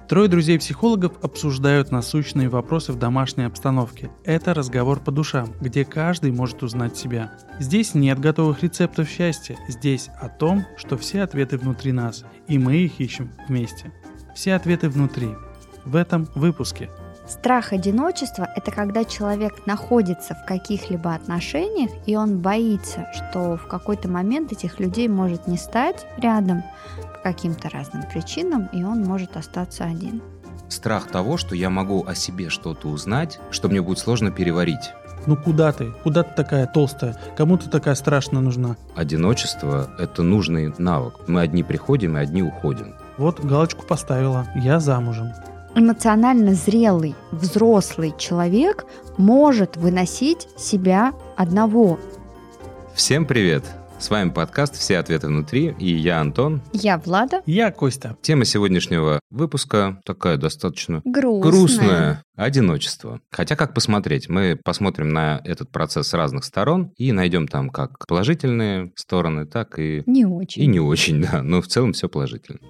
Трое друзей-психологов обсуждают насущные вопросы в домашней обстановке. Это разговор по душам, где каждый может узнать себя. Здесь нет готовых рецептов счастья, здесь о том, что все ответы внутри нас, и мы их ищем вместе. Все ответы внутри. В этом выпуске. Страх одиночества – это когда человек находится в каких-либо отношениях, и он боится, что в какой-то момент этих людей может не стать рядом по каким-то разным причинам, и он может остаться один. Страх того, что я могу о себе что-то узнать, что мне будет сложно переварить. Ну куда ты? Куда ты такая толстая? Кому ты такая страшно нужна? Одиночество – это нужный навык. Мы одни приходим и одни уходим. Вот галочку поставила. Я замужем. Эмоционально зрелый, взрослый человек может выносить себя одного. Всем привет! С вами подкаст «Все ответы внутри», и я Антон. Я Влада. Я Костя. Тема сегодняшнего выпуска такая достаточно Грустная. Одиночество. Хотя как посмотреть? Мы посмотрим на этот процесс с разных сторон и найдем там как положительные стороны, так и... Не очень. И не очень, да. Но в целом все положительно.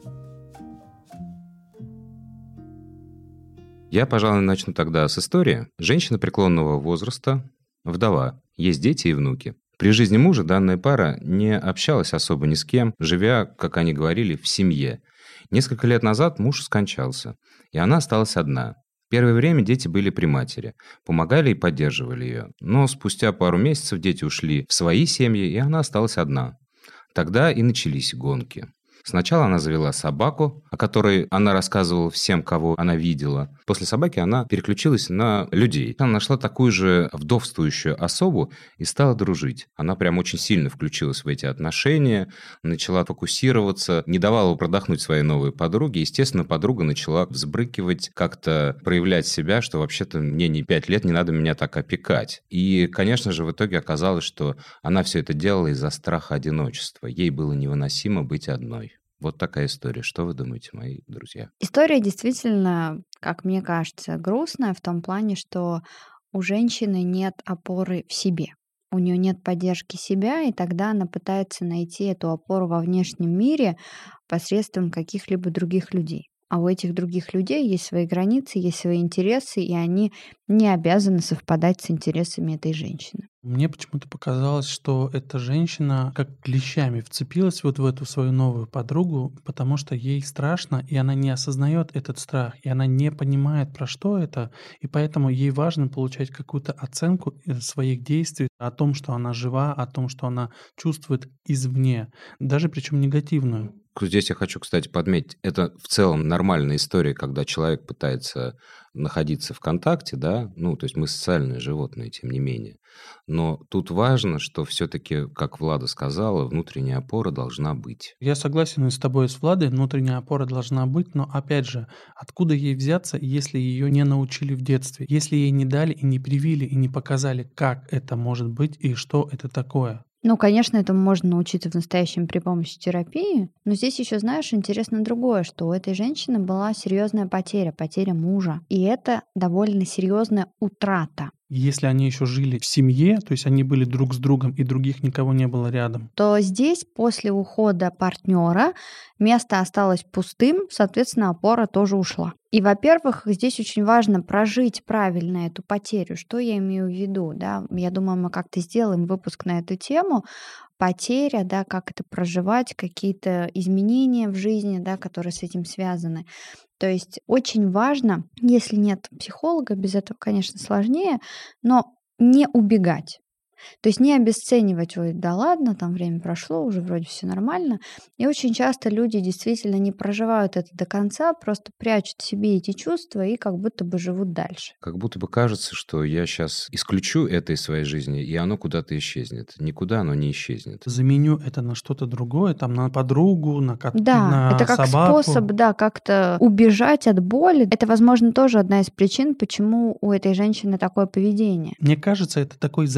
Я, пожалуй, начну тогда с истории. Женщина преклонного возраста, вдова, есть дети и внуки. При жизни мужа данная пара не общалась особо ни с кем, живя, как они говорили, в семье. Несколько лет назад муж скончался, и она осталась одна. Первое время дети были при матери, помогали и поддерживали ее. Но спустя пару месяцев дети ушли в свои семьи, и она осталась одна. Тогда и начались гонки. Сначала она завела собаку, о которой она рассказывала всем, кого она видела. После собаки она переключилась на людей. Она нашла такую же вдовствующую особу и стала дружить. Она прям очень сильно включилась в эти отношения, начала фокусироваться, не давала продохнуть своей новой подруге. Естественно, подруга начала взбрыкивать, как-то проявлять себя, что вообще-то мне не 5 лет, не надо меня так опекать. И, конечно же, в итоге оказалось, что она все это делала из-за страха одиночества. Ей было невыносимо быть одной. Вот такая история. Что вы думаете, мои друзья? История действительно, как мне кажется, грустная в том плане, что у женщины нет опоры в себе. У нее нет поддержки себя, и тогда она пытается найти эту опору во внешнем мире посредством каких-либо других людей. А у этих других людей есть свои границы, есть свои интересы, и они не обязаны совпадать с интересами этой женщины. Мне почему-то показалось, что эта женщина как клещами вцепилась вот в эту свою новую подругу, потому что ей страшно, и она не осознает этот страх, и она не понимает, про что это, и поэтому ей важно получать какую-то оценку своих действий, о том, что она жива, о том, что она чувствует извне, даже причем негативную. Здесь я хочу, кстати, подметить, это в целом нормальная история, когда человек пытается находиться в контакте, да, то есть мы социальные животные, тем не менее. Но тут важно, что все-таки, как Влада сказала, внутренняя опора должна быть. Я согласен с тобой, с Владой, внутренняя опора должна быть, но опять же, откуда ей взяться, если ее не научили в детстве, если ей не дали и не привили, и не показали, как это может быть и что это такое? Конечно, этому можно научиться в настоящем при помощи терапии, но здесь еще, знаешь, интересно другое, что у этой женщины была серьезная потеря мужа, и это довольно серьезная утрата. Если они еще жили в семье, то есть они были друг с другом, и других никого не было рядом, то здесь после ухода партнера место осталось пустым, соответственно, опора тоже ушла. И, во-первых, здесь очень важно прожить правильно эту потерю. Что я имею в виду? Да? Я думаю, мы как-то сделаем выпуск на эту тему. Потеря, да, как это проживать, какие-то изменения в жизни, да, которые с этим связаны. То есть очень важно, если нет психолога, без этого, конечно, сложнее, но не убегать. То есть не обесценивать, ой, да ладно, там время прошло, уже вроде все нормально. И очень часто люди действительно не проживают это до конца, просто прячут в себе эти чувства и как будто бы живут дальше. Как будто бы кажется, что я сейчас исключу это из своей жизни, и оно куда-то исчезнет. Никуда оно не исчезнет. заменю это на что-то другое, там на подругу, на Да, это как собаку. способ, да, как-то убежать от боли. Это, возможно, тоже одна из причин, почему у этой женщины такое поведение. Мне кажется, это такой защитный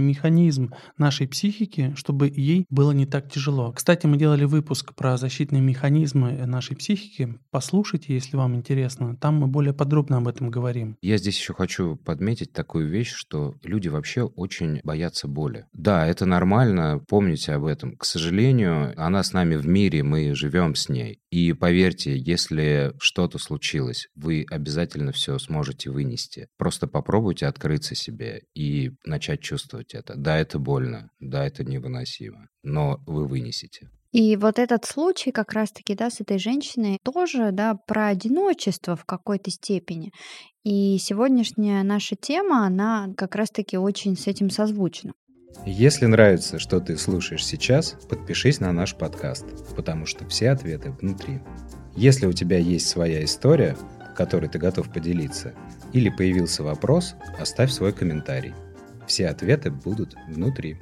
механизм нашей психики, чтобы ей было не так тяжело. Кстати, мы делали выпуск про защитные механизмы нашей психики. Послушайте, если вам интересно. Там мы более подробно об этом говорим. Я здесь еще хочу подметить такую вещь, что люди вообще очень боятся боли. Да, это нормально, помните об этом. К сожалению, она с нами в мире, мы живем с ней. И поверьте, если что-то случилось, вы обязательно все сможете вынести. Просто попробуйте открыться себе и начать чувствовать это. Да, это больно, да, это невыносимо, но вы вынесете. И вот этот случай как раз-таки, да, с этой женщиной тоже, да, про одиночество в какой-то степени. И сегодняшняя наша тема, она как раз-таки очень с этим созвучна. Если нравится, что ты слушаешь сейчас, подпишись на наш подкаст, потому что все ответы внутри. Если у тебя есть своя история, которой ты готов поделиться, или появился вопрос, оставь свой комментарий. Все ответы будут внутри.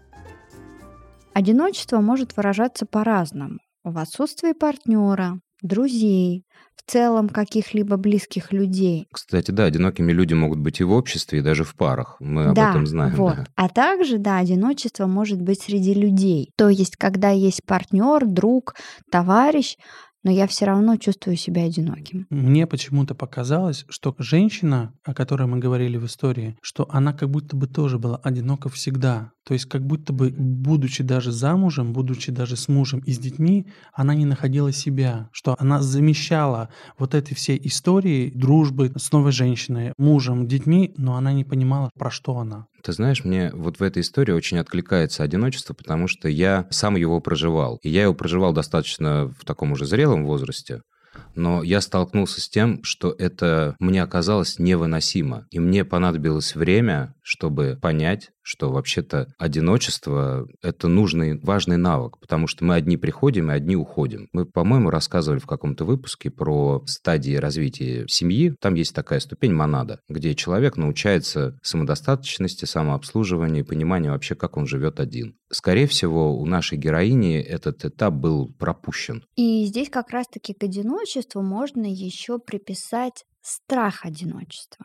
Одиночество может выражаться по-разному. В отсутствии партнера, друзей, в целом каких-либо близких людей. Кстати, да, одинокими люди могут быть и в обществе, и даже в парах. Мы об этом знаем. Вот. Да. А также, да, одиночество может быть среди людей. То есть, когда есть партнер, друг, товарищ, но я все равно чувствую себя одиноким. Мне почему-то показалось, что женщина, о которой мы говорили в истории, что она как будто бы тоже была одинока всегда. То есть как будто бы, будучи даже замужем, будучи даже с мужем и с детьми, она не находила себя, что она замещала вот этой всей истории дружбы с новой женщиной, мужем, детьми, но она не понимала, про что она. Ты знаешь, мне вот в этой истории очень откликается одиночество, потому что я сам его проживал. И я его проживал достаточно в таком уже зрелом возрасте. Но я столкнулся с тем, что это мне оказалось невыносимо. И мне понадобилось время, чтобы понять, что вообще-то одиночество – это нужный, важный навык, потому что мы одни приходим и одни уходим. Мы, по-моему, рассказывали в каком-то выпуске про стадии развития семьи. Там есть такая ступень монада, где человек научается самодостаточности, самообслуживанию, пониманию вообще, как он живет один. Скорее всего, у нашей героини этот этап был пропущен. И здесь как раз-таки к одиночеству можно еще приписать страх одиночества.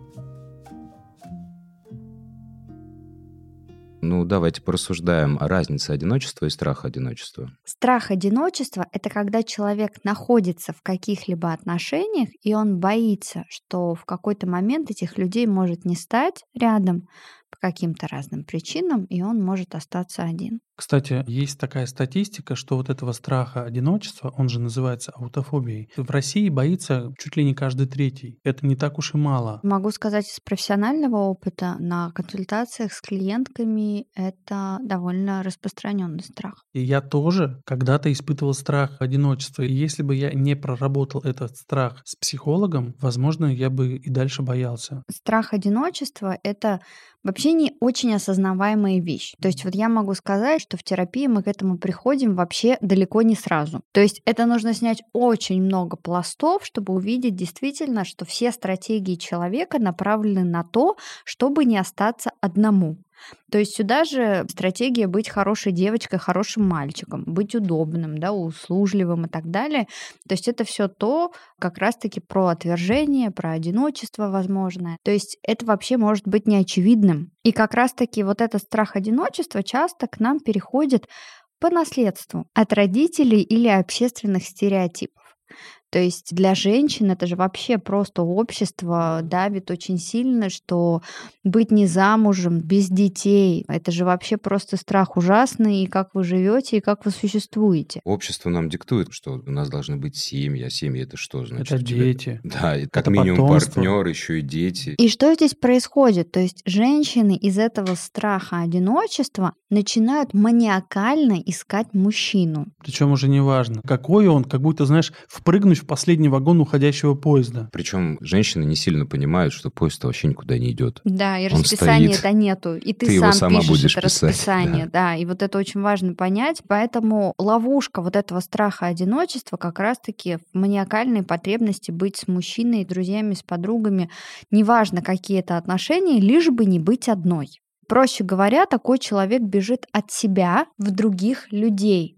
Ну, давайте порассуждаем о разнице одиночества и страха одиночества. Страх одиночества – это когда человек находится в каких-либо отношениях, и он боится, что в какой-то момент этих людей может не стать рядом по каким-то разным причинам, и он может остаться один. Кстати, есть такая статистика, что вот этого страха одиночества, он же называется аутофобией, в России боится чуть ли не каждый третий. Это не так уж и мало. Могу сказать из профессионального опыта, на консультациях с клиентками это довольно распространенный страх. И я тоже когда-то испытывал страх одиночества. И если бы я не проработал этот страх с психологом, возможно, я бы и дальше боялся. Страх одиночества – это вообще не очень осознаваемая вещь. То есть вот я могу сказать, что в терапии мы к этому приходим вообще далеко не сразу. То есть это нужно снять очень много пластов, чтобы увидеть действительно, что все стратегии человека направлены на то, чтобы не остаться одному. То есть сюда же стратегия быть хорошей девочкой, хорошим мальчиком, быть удобным, да, услужливым и так далее. То есть это все то, как раз-таки про отвержение, про одиночество возможное. То есть это вообще может быть неочевидным. И как раз-таки вот этот страх одиночества часто к нам переходит по наследству от родителей или общественных стереотипов. То есть для женщин это же вообще просто общество давит очень сильно, что быть не замужем, без детей, это же вообще просто страх ужасный, и как вы живете, и как вы существуете. Общество нам диктует, что у нас должны быть семьи, а семьи это что значит? Это дети. Да, и как Это минимум потомство. партнер, еще и дети. И что здесь происходит? То есть женщины из этого страха одиночества начинают маниакально искать мужчину. Причем уже не важно, какой он, как будто, знаешь, впрыгнуть в последний вагон уходящего поезда. Причем женщины не сильно понимают, что поезд вообще никуда не идет. Да, и Он расписания стоит. это нету, и ты его сам сама пишешь будешь это писать, расписание, да, и вот это очень важно понять, поэтому ловушка вот этого страха одиночества как раз-таки в маниакальной потребности быть с мужчиной, друзьями, с подругами, неважно какие это отношения, лишь бы не быть одной. Проще говоря, такой человек бежит от себя в других людей.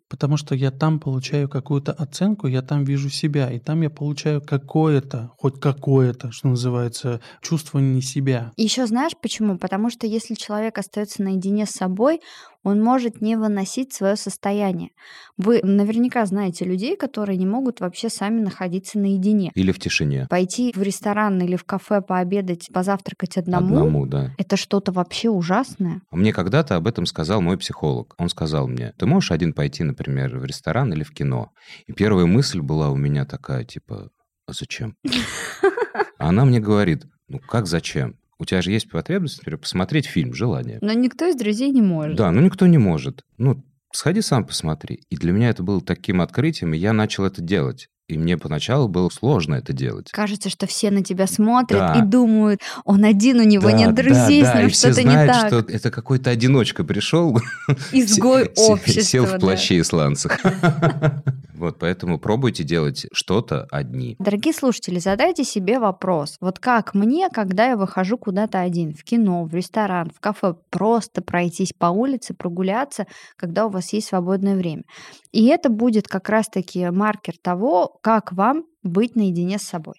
Потому что я там получаю какую-то оценку, я там вижу себя, и там я получаю какое-то, хоть какое-то, что называется, чувствование себя. И еще знаешь почему? Потому что если человек остается наедине с собой, он может не выносить свое состояние. Вы наверняка знаете людей, которые не могут вообще сами находиться наедине. Или в тишине. Пойти в ресторан или в кафе пообедать, позавтракать Одному, да. это что-то вообще ужасное. Мне когда-то об этом сказал мой психолог. Он сказал мне: ты можешь один пойти, например, в ресторан или в кино? И первая мысль была у меня такая, типа, а зачем? А она мне говорит: ну как зачем? У тебя же есть потребность, например, посмотреть фильм, желание. Но никто из друзей не может. Да, ну никто не может. Ну, сходи сам посмотри. И для меня это было таким открытием, и я начал это делать. И мне поначалу было сложно это делать. Кажется, что все на тебя смотрят Да. и думают, он один, у него нет друзей, с и ним все что-то не знают, так. что это какой-то одиночка пришел. Изгой общества. Сел в да. плаще и сланцах. Вот, поэтому пробуйте делать что-то одни. Дорогие слушатели, задайте себе вопрос. Вот как мне, когда я выхожу куда-то один, в кино, в ресторан, в кафе, просто пройтись по улице, прогуляться, когда у вас есть свободное время. И это будет как раз-таки маркер того, как вам быть наедине с собой.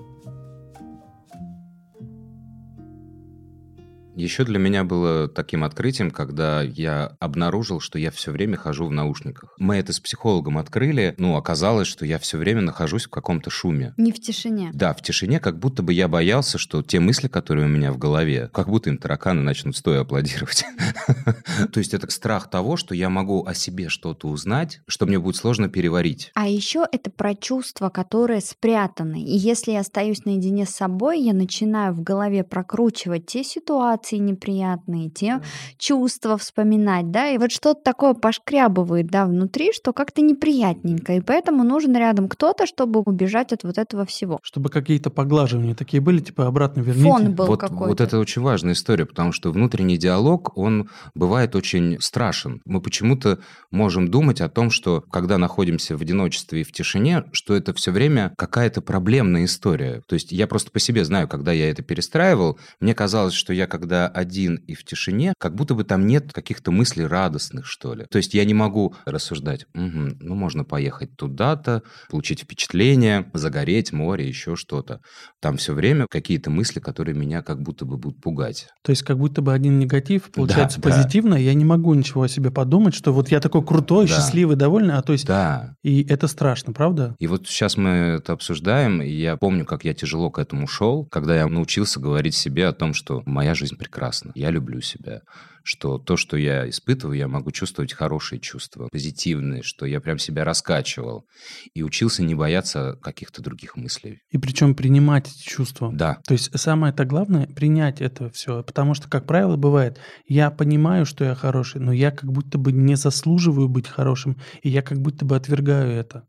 Еще для меня было таким открытием, когда я обнаружил, что я все время хожу в наушниках. Мы это с психологом открыли, оказалось, что я все время нахожусь в каком-то шуме. Не в тишине. Да, в тишине, как будто бы я боялся, что те мысли, которые у меня в голове, как будто им тараканы начнут стоя аплодировать. То есть это страх того, что я могу о себе что-то узнать, что мне будет сложно переварить. А еще это про чувства, которые спрятаны. И если я остаюсь наедине с собой, я начинаю в голове прокручивать те ситуации неприятные, те чувства вспоминать, да, и вот что-то такое пошкрябывает, да, внутри, что как-то неприятненько, и поэтому нужен рядом кто-то, чтобы убежать от вот этого всего. Чтобы какие-то поглаживания такие были, типа обратно верните. Фон был Вот какой-то. это очень важная история, потому что внутренний диалог, он бывает очень страшен. Мы почему-то можем думать о том, что когда находимся в одиночестве и в тишине, что это все время какая-то проблемная история. То есть я просто по себе знаю, когда я это перестраивал, мне казалось, что я когда один и в тишине, как будто бы там нет каких-то мыслей радостных, что ли. То есть я не могу рассуждать, можно поехать туда-то, получить впечатление, загореть, море, еще что-то. Там все время какие-то мысли, которые меня как будто бы будут пугать. То есть как будто бы один негатив получается Да. позитивно, я не могу ничего о себе подумать, что вот я такой крутой, Да. счастливый, довольный, а то есть... Да. И это страшно, правда? И вот сейчас мы это обсуждаем, и я помню, как я тяжело к этому шел, когда я научился говорить себе о том, что моя жизнь прекрасна, я люблю себя, что то, что я испытываю, я могу чувствовать хорошие чувства, позитивные, что я прям себя раскачивал, и учился не бояться каких-то других мыслей. И причем принимать эти чувства. Да. То есть самое-то главное принять это все, потому что, как правило, бывает, я понимаю, что я хороший, но я как будто бы не заслуживаю быть хорошим, и я как будто бы отвергаю это.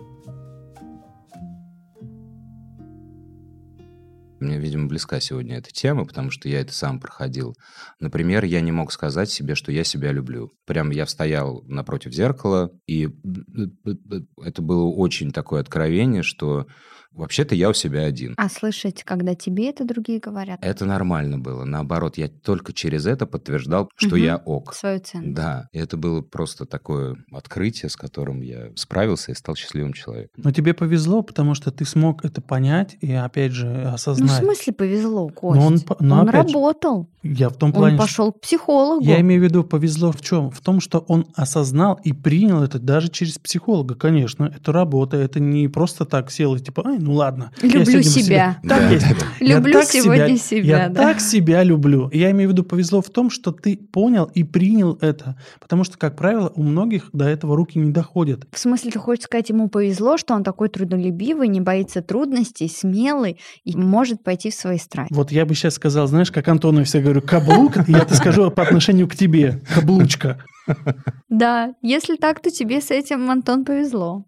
Мне, видимо, близка сегодня эта тема, потому что я это сам проходил. Например, я не мог сказать себе, что я себя люблю. Прям я стоял напротив зеркала, и это было очень такое откровение, что вообще-то я у себя один. А слышать, когда тебе это другие говорят? Это нормально было. Наоборот, я только через это подтверждал, что я ок. Свою ценность. Да, и это было просто такое открытие, с которым я справился и стал счастливым человеком. Но тебе повезло, потому что ты смог это понять и, опять же, Ну, в осознать. смысле повезло, Кость? Но он Он опять же, работал. я в том Он плане, что... пошел к психологу. Я имею в виду, повезло в чем? В том, что он осознал и принял это даже через психолога. Конечно, это работа, это не просто так сел и типа, ну ладно. я Люблю сегодня себя. Так Да, есть. да, да. Я Люблю так сегодня себя, Я да. так себя люблю. Я имею в виду, повезло в том, что ты понял и принял это. Потому что, как правило, у многих до этого руки не доходят. В смысле, ты хочешь сказать, ему повезло, что он такой трудолюбивый, не боится трудностей, смелый и может пойти в свои страсти. Вот я бы сейчас сказал, знаешь, как Антону я всегда говорю, каблук, я-то скажу по отношению к тебе, каблучка. Да, если так, то тебе с этим, Антон, повезло.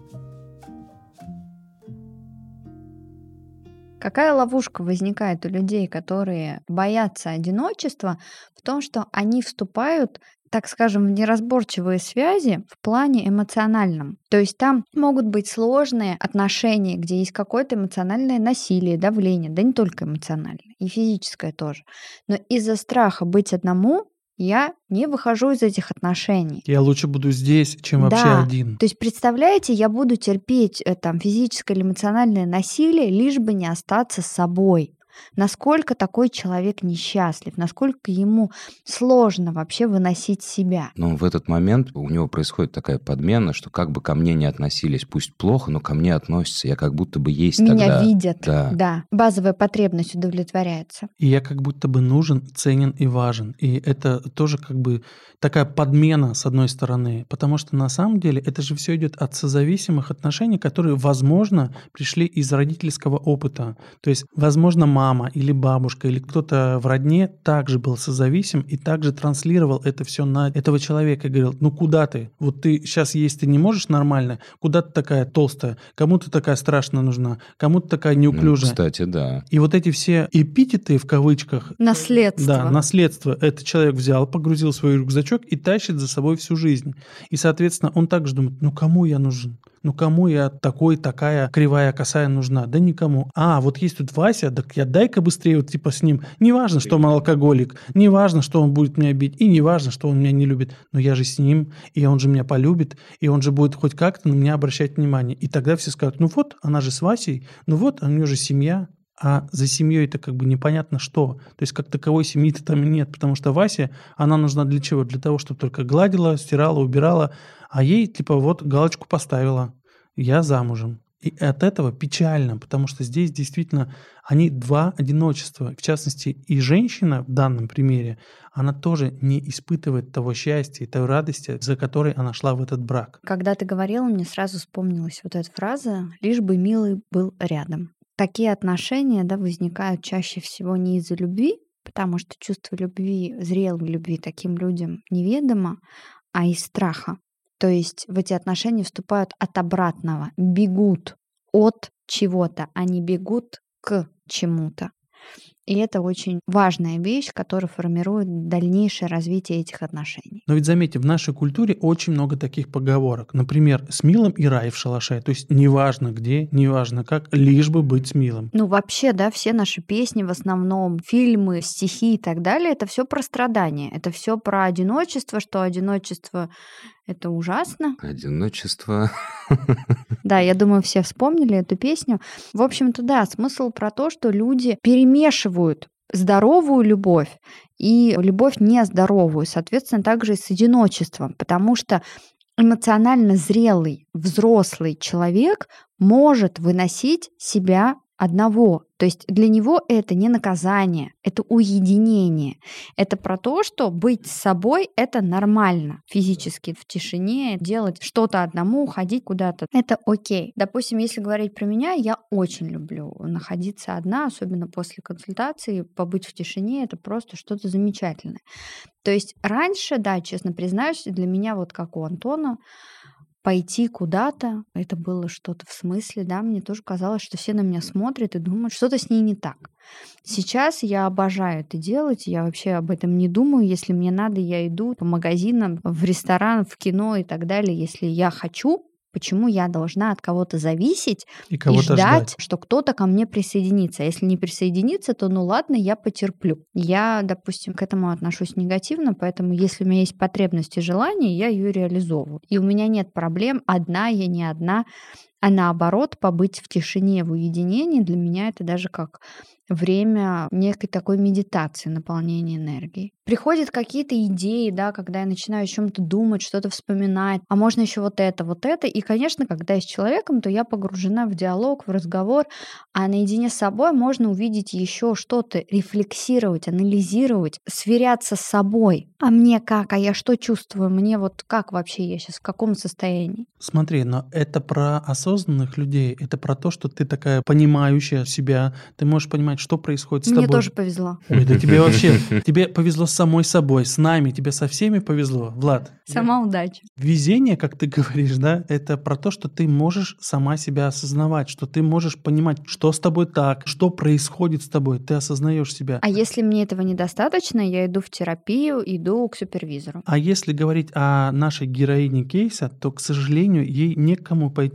Какая ловушка возникает у людей, которые боятся одиночества, в том, что они вступают, так скажем, в неразборчивые связи в плане эмоциональном. То есть там могут быть сложные отношения, где есть какое-то эмоциональное насилие, давление, да не только эмоциональное, и физическое тоже. Но из-за страха быть одному я не выхожу из этих отношений. Я лучше буду здесь, чем вообще Да. один. То есть, представляете, я буду терпеть там физическое или эмоциональное насилие, лишь бы не остаться с собой. Насколько такой человек несчастлив, насколько ему сложно вообще выносить себя. Но в этот момент у него происходит такая подмена, что как бы ко мне не относились, пусть плохо, но ко мне относятся, я как будто бы есть Меня тогда. видят. Да. Да. Базовая потребность удовлетворяется. И я как будто бы нужен, ценен и важен. И это тоже как бы такая подмена с одной стороны, потому что на самом деле это же все идет от созависимых отношений, которые, возможно, пришли из родительского опыта. То есть, возможно, мама или бабушка или кто-то в родне также был созависим и также транслировал это все на этого человека и говорил: ну куда ты? Вот ты сейчас есть, ты не можешь нормально, куда ты такая толстая, кому ты такая страшно нужна, кому ты такая Ну, неуклюжая. кстати, да. И вот эти все эпитеты в кавычках, Наследство. да, наследство, этот человек взял, погрузил в свой рюкзачок и тащит за собой всю жизнь. И, соответственно, он также думает: ну кому я нужен? Ну кому я такая кривая, косая нужна? Да никому. А, вот есть тут Вася, так я дай-ка быстрее вот типа с ним. Не важно, что он алкоголик, не важно, что он будет меня бить, и не важно, что он меня не любит. Но я же с ним, и он же меня полюбит, и он же будет хоть как-то на меня обращать внимание. И тогда все скажут: ну вот, она же с Васей, ну вот, у нее же семья. А за семьей это как бы непонятно что. То есть как таковой семьи-то там и нет, потому что Вася, она нужна для чего? Для того, чтобы только гладила, стирала, убирала, а ей типа вот галочку поставила: я замужем. И от этого печально, потому что здесь действительно они два одиночества. В частности, и женщина в данном примере, она тоже не испытывает того счастья и той радости, за которой она шла в этот брак. Когда ты говорила, мне сразу вспомнилась вот эта фраза: «Лишь бы милый был рядом». Такие отношения, да, возникают чаще всего не из-за любви, потому что чувство любви, зрелой любви таким людям неведомо, а из страха. То есть в эти отношения вступают от обратного, бегут от чего-то, а не бегут к чему-то. И это очень важная вещь, которая формирует дальнейшее развитие этих отношений. Но ведь заметьте, в нашей культуре очень много таких поговорок. Например, с милым и рай в шалаше. То есть неважно где, неважно как, лишь бы быть с милым. Ну вообще, да, все наши песни в основном, фильмы, стихи и так далее, это все про страдания, это все про одиночество, что одиночество — это ужасно. Одиночество. Да, я думаю, все вспомнили эту песню. В общем-то, да, смысл про то, что люди перемешивают здоровую любовь и любовь нездоровую, соответственно, также и с одиночеством, потому что эмоционально зрелый, взрослый человек может выносить себя одного. То есть для него это не наказание, это уединение. Это про то, что быть с собой — это нормально. Физически в тишине делать что-то одному, ходить куда-то — это окей. Допустим, если говорить про меня, я очень люблю находиться одна, особенно после консультации. Побыть в тишине — это просто что-то замечательное. То есть раньше, да, честно признаюсь, для меня, вот как у Антона, пойти куда-то, это было что-то в смысле, да, мне тоже казалось, что все на меня смотрят и думают, что-то с ней не так. Сейчас я обожаю это делать, я вообще об этом не думаю. Если мне надо, я иду по магазинам, в ресторан, в кино и так далее, если я хочу. Почему я должна от кого-то зависеть И и кого-то ждать, ждать. что кто-то ко мне присоединится? А если не присоединится, то ну ладно, я потерплю. Я, допустим, к этому отношусь негативно, поэтому если у меня есть потребность и желание, я ее реализовываю. И у меня нет проблем, одна я, не одна, а наоборот, побыть в тишине, в уединении, для меня это даже как время некой такой медитации, наполнения энергией. Приходят какие-то идеи, да, когда я начинаю о чем-то думать, что-то вспоминать, а можно еще вот это. И, конечно, когда я с человеком, то я погружена в диалог, в разговор, а наедине с собой можно увидеть еще что-то, рефлексировать, анализировать, сверяться с собой. А мне как? А я что чувствую? Мне вот как вообще я сейчас, в каком состоянии? Смотри, но это про осознанных людей, это про то, что ты такая понимающая себя, ты можешь понимать, что происходит с Мне тобой. тоже повезло. Ой, да тебе вообще, тебе повезло с самой собой, с нами, тебе со всеми повезло, Влад. Сама удача. Везение, как ты говоришь, да, это про то, что ты можешь сама себя осознавать, что ты можешь понимать, что с тобой так, что происходит с тобой, ты осознаешь себя. А если мне этого недостаточно, я иду в терапию, иду к супервизору. А если говорить о нашей героине кейса, то, к сожалению, ей некому пойти. Точнее,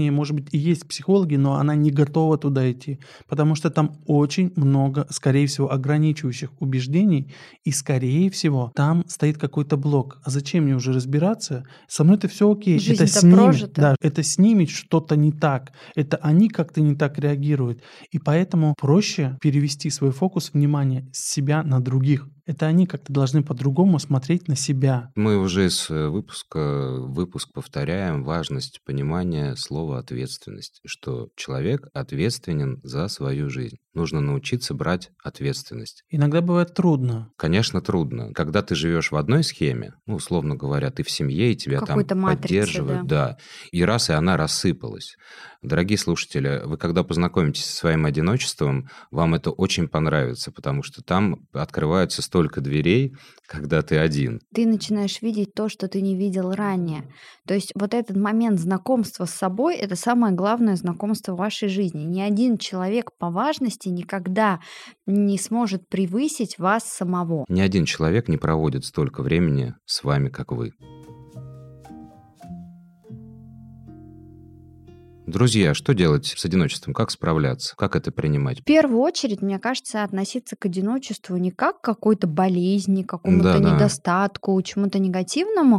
точнее, может быть, и есть психологи, но она не готова туда идти, потому что там очень много, скорее всего, ограничивающих убеждений, и, скорее всего, там стоит какой-то блок. А зачем мне уже разбираться? Со мной это все окей. Жизнь-то это снимет, прожита. да, это снимет что-то не так. Это они как-то не так реагируют. И поэтому проще перевести свой фокус внимания с себя на других. Это они как-то должны по-другому смотреть на себя. Мы уже из выпуска в выпуск повторяем важность понимания слова «ответственность», что человек ответственен за свою жизнь. Нужно научиться брать ответственность. Иногда бывает трудно. Конечно, трудно. Когда ты живешь в одной схеме, условно говоря, ты в семье, и тебя там поддерживают, да, и раз, и она рассыпалась. Дорогие слушатели, вы когда познакомитесь со своим одиночеством, вам это очень понравится, потому что там открываются столько дверей, когда ты один. Ты начинаешь видеть то, что ты не видел ранее. То есть вот этот момент знакомства с собой — это самое главное знакомство в вашей жизни. Ни один человек по важности никогда не сможет превысить вас самого. Ни один человек не проводит столько времени с вами, как вы. Друзья, что делать с одиночеством? Как справляться? Как это принимать? В первую очередь, мне кажется, относиться к одиночеству не как к какой-то болезни, какому-то недостатку, чему-то негативному,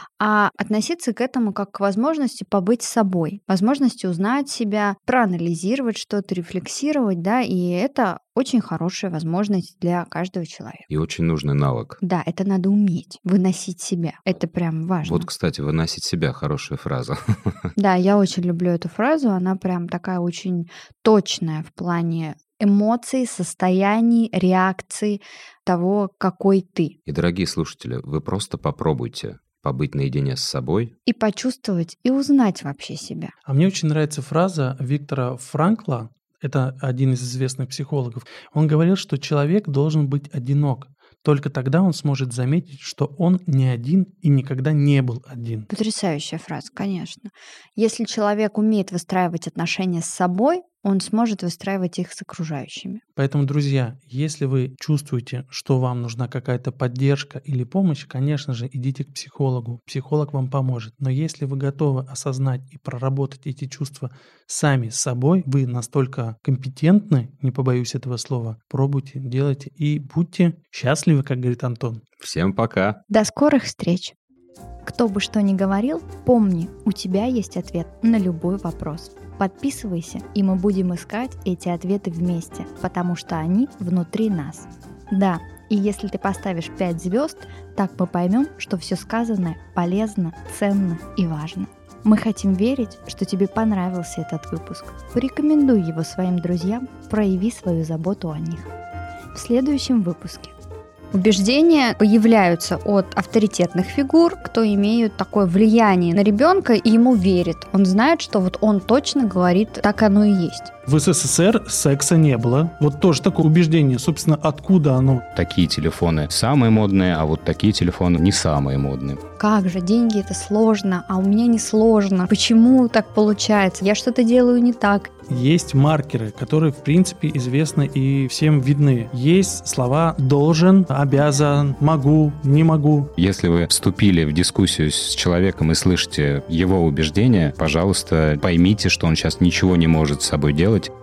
а относиться к этому как к возможности побыть с собой, возможности узнать себя, проанализировать что-то, рефлексировать, да, и это очень хорошая возможность для каждого человека. И очень нужный навык. Да, это надо уметь, выносить себя. Это прям важно. Вот, кстати, выносить себя — хорошая фраза. Да, я очень люблю эту фразу, она прям такая очень точная в плане эмоций, состояний, реакций того, какой ты. И, дорогие слушатели, вы просто попробуйте побыть наедине с собой. И почувствовать, и узнать вообще себя. А мне очень нравится фраза Виктора Франкла, это один из известных психологов. Он говорил, что человек должен быть одинок. Только тогда он сможет заметить, что он не один и никогда не был один. Потрясающая фраза, конечно. Если человек умеет выстраивать отношения с собой, он сможет выстраивать их с окружающими. Поэтому, друзья, если вы чувствуете, что вам нужна какая-то поддержка или помощь, конечно же, идите к психологу. Психолог вам поможет. Но если вы готовы осознать и проработать эти чувства сами с собой, вы настолько компетентны, не побоюсь этого слова, пробуйте, делайте и будьте счастливы, как говорит Антон. Всем пока! До скорых встреч! Кто бы что ни говорил, помни, у тебя есть ответ на любой вопрос. Подписывайся, и мы будем искать эти ответы вместе, потому что они внутри нас. Да, и если ты поставишь 5 звезд, так мы поймем, что все сказанное полезно, ценно и важно. Мы хотим верить, что тебе понравился этот выпуск. Порекомендуй его своим друзьям, прояви свою заботу о них. В следующем выпуске. Убеждения появляются от авторитетных фигур, кто имеют такое влияние на ребенка и ему верит. Он знает, что вот он точно говорит, так оно и есть. В СССР секса не было. Вот тоже такое убеждение. Собственно, откуда оно? Такие телефоны самые модные, а вот такие телефоны не самые модные. Как же, деньги это сложно, а у меня не сложно. Почему так получается? Я что-то делаю не так. Есть маркеры, которые, в принципе, известны и всем видны. Есть слова «должен», «обязан», «могу», «не могу». Если вы вступили в дискуссию с человеком и слышите его убеждения, пожалуйста, поймите, что он сейчас ничего не может с собой делать.